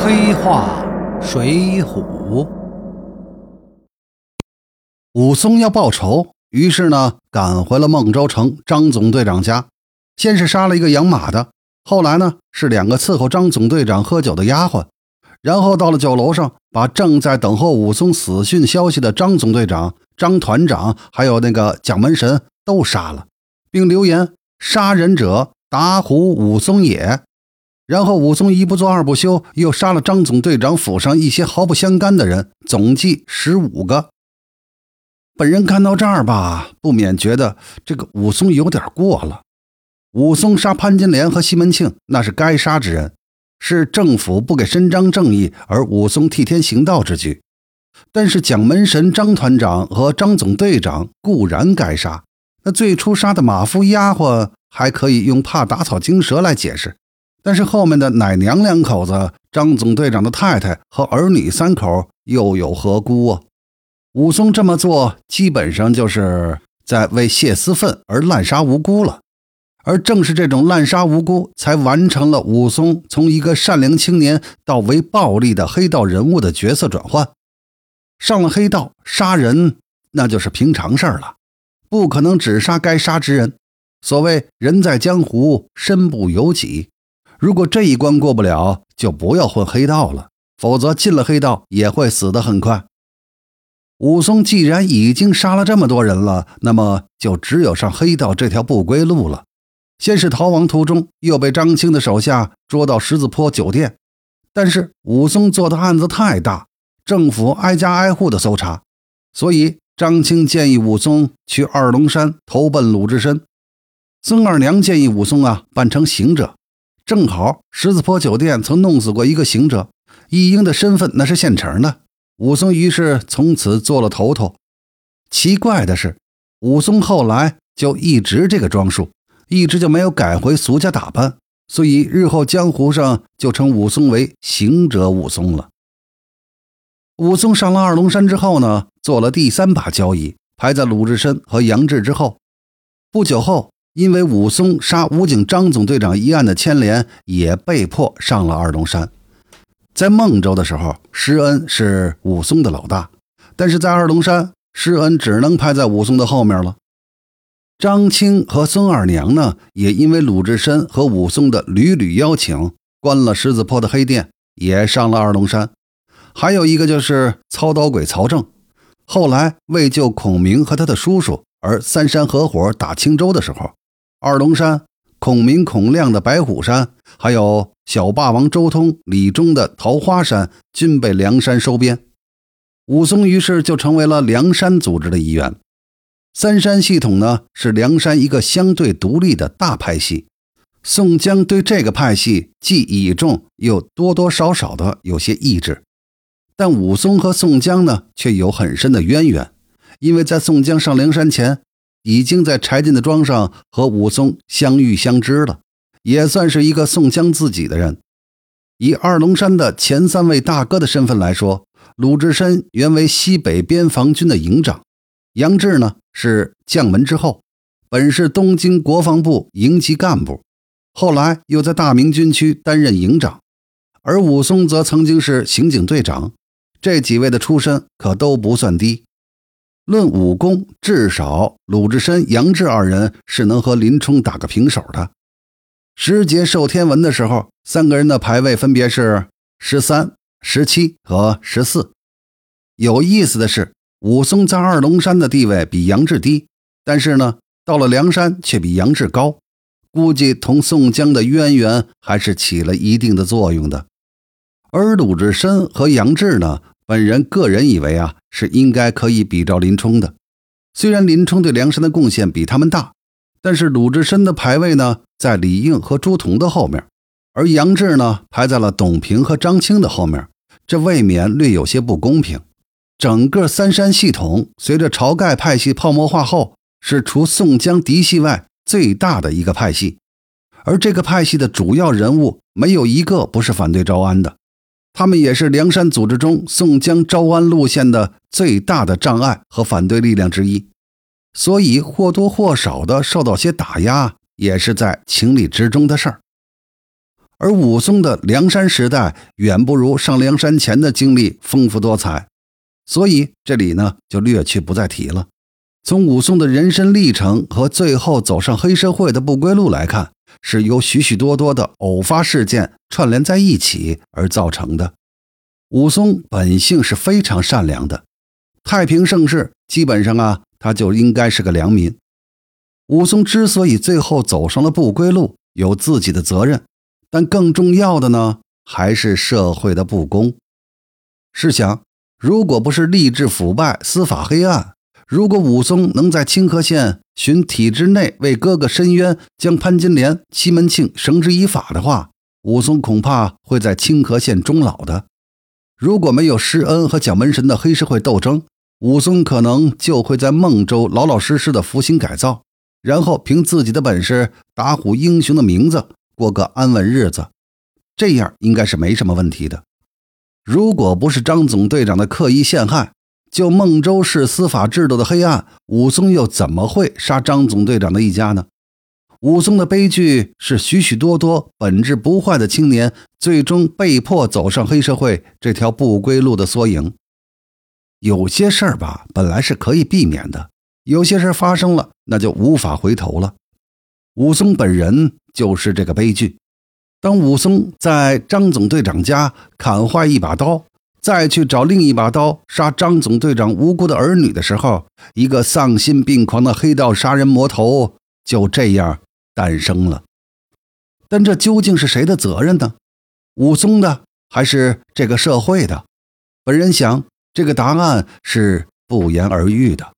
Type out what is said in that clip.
黑话水浒。武松要报仇，于是呢赶回了孟州城张总队长家，先是杀了一个养马的，后来呢是2个伺候张总队长喝酒的丫鬟，然后到了酒楼上，把正在等候武松死讯消息的张总队长、张团长还有那个蒋门神都杀了，并留言杀人者打虎武松也。然后武松一不做二不休，又杀了张总队长府上一些毫不相干的人，总计15个。本人看到这儿吧，不免觉得这个武松有点过了。武松杀潘金莲和西门庆，那是该杀之人，是政府不给伸张正义，而武松替天行道之举。但是蒋门神、张团长和张总队长固然该杀，那最初杀的马夫丫鬟还可以用怕打草惊蛇来解释，但是后面的奶娘2口子、张总队长的太太和儿女3口又有何辜啊？武松这么做基本上就是在为泄私愤而滥杀无辜了，而正是这种滥杀无辜，才完成了武松从一个善良青年到为暴力的黑道人物的角色转换。上了黑道，杀人那就是平常事儿了，不可能只杀该杀之人。所谓人在江湖，身不由己，如果这一关过不了，就不要混黑道了，否则进了黑道也会死得很快。武松既然已经杀了这么多人了，那么就只有上黑道这条不归路了。先是逃亡途中，又被张青的手下捉到十字坡酒店，但是武松做的案子太大，政府挨家挨户的搜查，所以张青建议武松去二龙山投奔鲁智深。孙二娘建议武松扮成行者，正好十字坡酒店曾弄死过一个行者，一应的身份那是现成的。武松于是从此做了头头。奇怪的是，武松后来就一直这个装束，一直就没有改回俗家打扮，所以日后江湖上就称武松为行者武松了。武松上了二龙山之后呢，做了第3把交椅，排在鲁智深和杨志之后。不久后，因为武松杀武警张总队长一案的牵连，也被迫上了二龙山。在孟州的时候，施恩是武松的老大，但是在二龙山，施恩只能排在武松的后面了。张青和孙二娘呢，也因为鲁智深和武松的屡屡邀请，关了十字坡的黑店，也上了二龙山。还有一个就是操刀鬼曹正，后来为救孔明和他的叔叔而3山合伙打青州的时候，二龙山、孔明孔亮的白虎山，还有小霸王周通、李忠的桃花山均被梁山收编。武松于是就成为了梁山组织的一员。3山系统呢，是梁山一个相对独立的大派系。宋江对这个派系既倚重，又多多少少的有些抑制。但武松和宋江呢，却有很深的渊源，因为在宋江上梁山前，已经在柴进的庄上和武松相遇相知了，也算是一个宋江自己的人。以二龙山的前3位大哥的身份来说，鲁智深原为西北边防军的营长，杨志呢是将门之后，本是东京国防部营级干部，后来又在大明军区担任营长，而武松则曾经是刑警队长。这几位的出身可都不算低。论武功，至少鲁智深、杨志2人是能和林冲打个平手的。10节授天文的时候，3个人的排位分别是13、17和14。有意思的是，武松在二龙山的地位比杨志低，但是呢，到了梁山却比杨志高，估计同宋江的渊源还是起了一定的作用的。而鲁智深和杨志呢，本人个人以为是应该可以比照林冲的。虽然林冲对梁山的贡献比他们大，但是鲁智深的排位呢，在李应和朱仝的后面，而杨志呢，排在了董平和张青的后面，这未免略有些不公平。整个3山系统随着晁盖派系泡沫化后，是除宋江嫡系外最大的一个派系，而这个派系的主要人物没有一个不是反对招安的，他们也是梁山组织中宋江招安路线的最大的障碍和反对力量之一，所以或多或少的受到些打压，也是在情理之中的事儿。 而武松的梁山时代远不如上梁山前的经历丰富多彩，所以这里呢就略去不再提了。从武松的人生历程和最后走上黑社会的不归路来看，是由许许多多的偶发事件串联在一起而造成的。武松本性是非常善良的，太平盛世基本上他就应该是个良民。武松之所以最后走上了不归路，有自己的责任，但更重要的呢，还是社会的不公。试想，如果不是吏治腐败、司法黑暗，如果武松能在清河县寻体制内为哥哥申冤，将潘金莲、西门庆绳之以法的话，武松恐怕会在清河县终老的。如果没有施恩和蒋门神的黑社会斗争，武松可能就会在孟州老老实实的服刑改造，然后凭自己的本事打虎英雄的名字过个安稳日子，这样应该是没什么问题的。如果不是张总队长的刻意陷害，就孟州市司法制度的黑暗，武松又怎么会杀张总队长的一家呢？武松的悲剧是许许多多本质不坏的青年最终被迫走上黑社会这条不归路的缩影。有些事儿吧，本来是可以避免的，有些事发生了，那就无法回头了。武松本人就是这个悲剧。当武松在张总队长家砍坏一把刀，再去找另一把刀杀张总队长无辜的儿女的时候，一个丧心病狂的黑道杀人魔头就这样诞生了。但这究竟是谁的责任呢？武松的还是这个社会的？本人想，这个答案是不言而喻的。